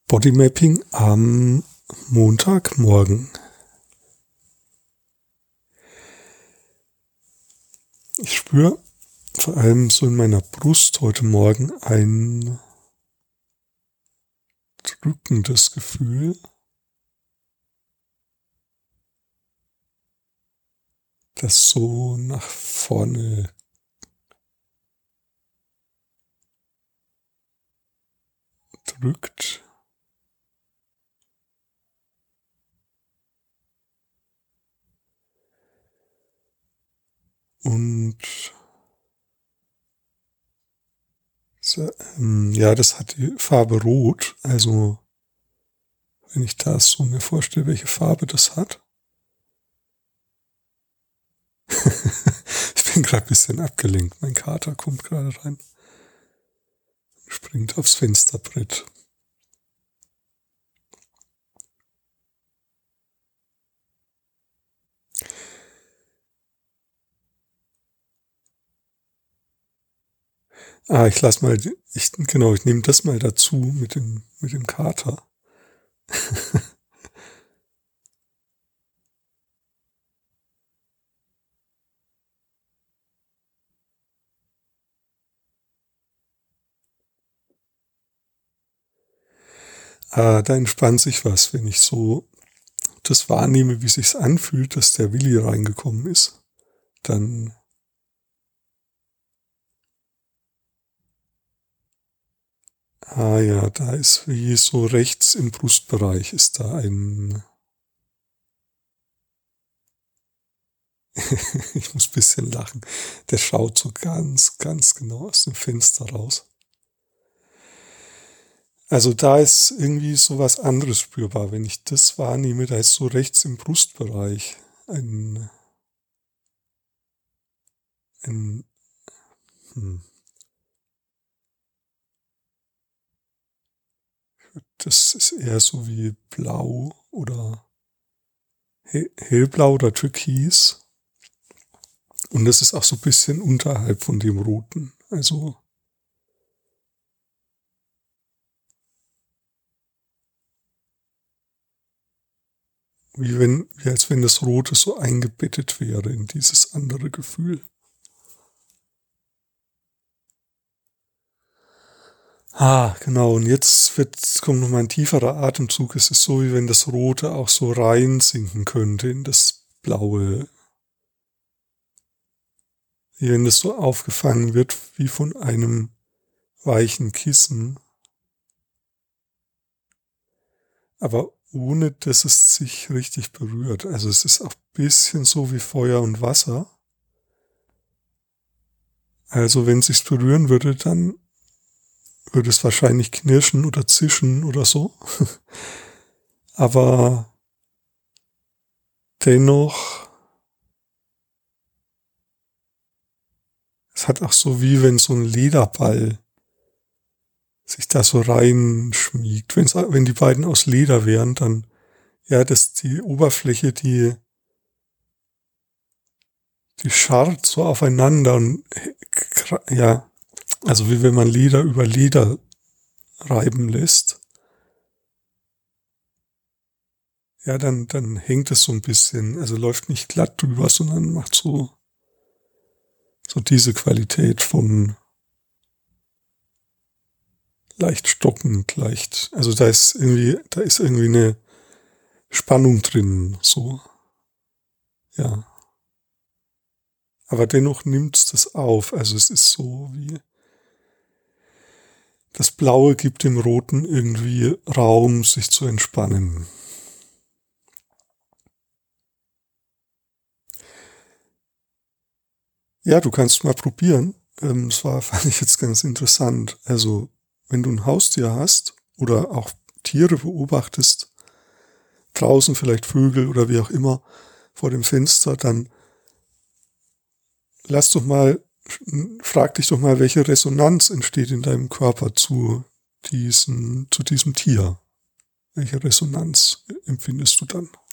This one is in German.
Bodymapping am Montagmorgen. Ich spüre vor allem so in meiner Brust heute Morgen ein drückendes Gefühl, das so nach vorne drückt. Und ja, das hat die Farbe Rot. Also wenn ich das so mir vorstelle, welche Farbe das hat. Ich bin gerade ein bisschen abgelenkt. Mein Kater kommt gerade rein. Springt aufs Fensterbrett. Ich nehme das mal dazu mit dem Kater. Da entspannt sich was, wenn ich so das wahrnehme, wie sich's anfühlt, dass der Willi reingekommen ist. Dann ja, da ist wie so rechts im Brustbereich ist da ein ich muss ein bisschen lachen. Der schaut so ganz, ganz genau aus dem Fenster raus. Also da ist irgendwie so was anderes spürbar. Wenn ich das wahrnehme, da ist so rechts im Brustbereich das ist eher so wie blau oder hellblau oder türkis. Und das ist auch so ein bisschen unterhalb von dem roten. Also wie als wenn das Rote so eingebettet wäre in dieses andere Gefühl. Genau. Und jetzt kommt noch mal ein tieferer Atemzug. Es ist so, wie wenn das Rote auch so reinsinken könnte in das Blaue. Wie wenn das so aufgefangen wird, wie von einem weichen Kissen. Aber ohne, dass es sich richtig berührt. Also es ist auch ein bisschen so wie Feuer und Wasser. Also wenn es sich berühren würde, dann würde es wahrscheinlich knirschen oder zischen oder so. Aber dennoch, es hat auch so wie wenn so ein Lederball sich da so reinschmiegt. Wenn die beiden aus Leder wären, dann, ja, die Oberfläche, die scharrt so aufeinander und, ja, also wie wenn man Leder über Leder reiben lässt. Ja, dann hängt es so ein bisschen, also läuft nicht glatt drüber, sondern macht so diese Qualität von leicht stockend, also da ist irgendwie eine Spannung drin, so, ja. Aber dennoch nimmt's das auf, also es ist so wie, das Blaue gibt dem Roten irgendwie Raum, sich zu entspannen. Ja, du kannst mal probieren. Fand ich jetzt ganz interessant. Also, wenn du ein Haustier hast oder auch Tiere beobachtest, draußen vielleicht Vögel oder wie auch immer vor dem Fenster, dann frag dich doch mal, welche Resonanz entsteht in deinem Körper zu diesem Tier. Welche Resonanz empfindest du dann?